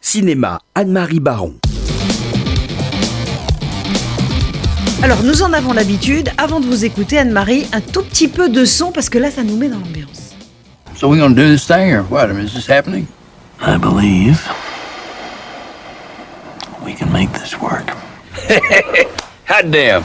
Cinéma, Anne-Marie Baron. Alors, nous en avons l'habitude. Avant de vous écouter, Anne-Marie, un tout petit peu de son, parce que là, ça nous met dans l'ambiance. So we're gonna do this thing, or what? I mean, is this happening? I believe we can make this work. Hot damn.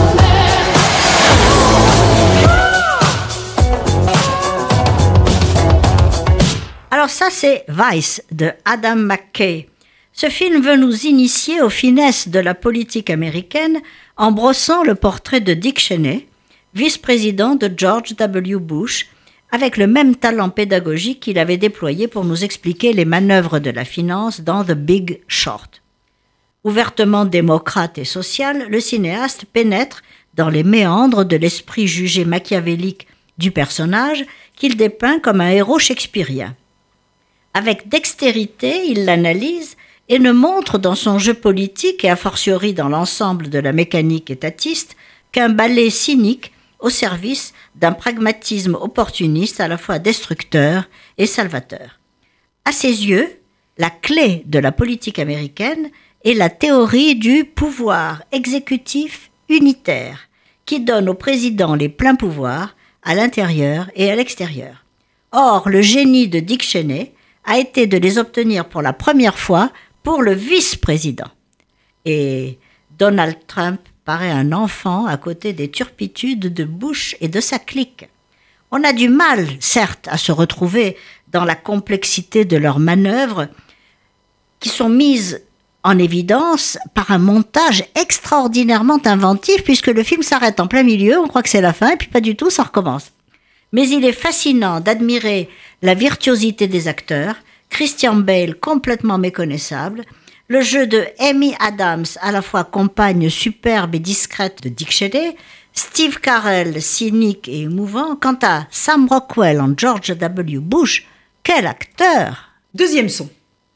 Alors ça, c'est Vice de Adam McKay. Ce film veut nous initier aux finesses de la politique américaine en brossant le portrait de Dick Cheney, vice-président de George W. Bush, avec le même talent pédagogique qu'il avait déployé pour nous expliquer les manœuvres de la finance dans The Big Short. Ouvertement démocrate et social, le cinéaste pénètre dans les méandres de l'esprit jugé machiavélique du personnage qu'il dépeint comme un héros shakespearien. Avec dextérité, il l'analyse et ne montre dans son jeu politique et a fortiori dans l'ensemble de la mécanique étatiste qu'un ballet cynique au service d'un pragmatisme opportuniste à la fois destructeur et salvateur. À ses yeux, la clé de la politique américaine est la théorie du pouvoir exécutif unitaire qui donne au président les pleins pouvoirs à l'intérieur et à l'extérieur. Or, le génie de Dick Cheney a été de les obtenir pour la première fois pour le vice-président. Et Donald Trump paraît un enfant à côté des turpitudes de Bush et de sa clique. On a du mal, certes, à se retrouver dans la complexité de leurs manœuvres qui sont mises en évidence par un montage extraordinairement inventif puisque le film s'arrête en plein milieu, on croit que c'est la fin et puis pas du tout, ça recommence. Mais il est fascinant d'admirer la virtuosité des acteurs, Christian Bale complètement méconnaissable, le jeu de Amy Adams, à la fois compagne superbe et discrète de Dick Cheney, Steve Carell, cynique et émouvant. Quant à Sam Rockwell en George W. Bush, quel acteur! Deuxième son.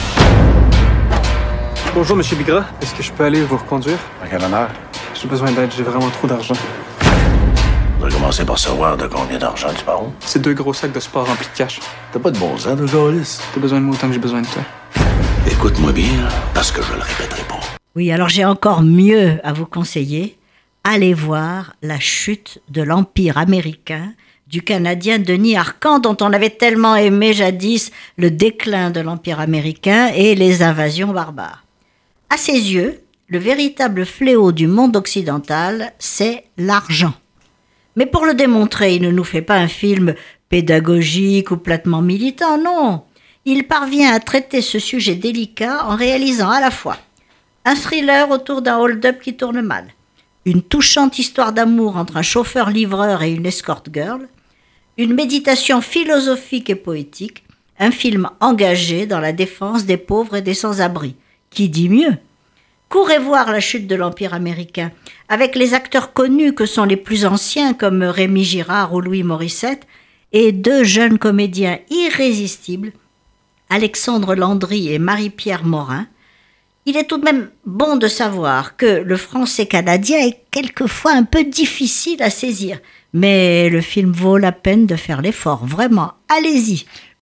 Bonjour, Monsieur Bigra. Est-ce que je peux aller vous reconduire? À quel honneur? J'ai besoin d'aide, j'ai vraiment trop d'argent. On va commencer par savoir de combien d'argent tu parles. C'est 2 gros sacs de sport remplis de cash. T'as pas de bon sens, de gaulliste. T'as besoin de moi autant que j'ai besoin de toi. Écoute-moi bien, parce que je le répéterai pas. Oui, alors j'ai encore mieux à vous conseiller. Allez voir La chute de l'Empire américain du Canadien Denis Arcand, dont on avait tellement aimé jadis le déclin de l'Empire américain et les invasions barbares. À ses yeux, le véritable fléau du monde occidental, c'est l'argent. Mais pour le démontrer, il ne nous fait pas un film pédagogique ou platement militant, non. Il parvient à traiter ce sujet délicat en réalisant à la fois un thriller autour d'un hold-up qui tourne mal, une touchante histoire d'amour entre un chauffeur-livreur et une escort girl, une méditation philosophique et poétique, un film engagé dans la défense des pauvres et des sans-abri. Qui dit mieux ? Courez voir La chute de l'Empire américain, avec les acteurs connus que sont les plus anciens comme Rémi Girard ou Louis Morissette, et 2 jeunes comédiens irrésistibles, Alexandre Landry et Marie-Pierre Morin. Il est tout de même bon de savoir que le français canadien est quelquefois un peu difficile à saisir, mais le film vaut la peine de faire l'effort, vraiment, allez-y.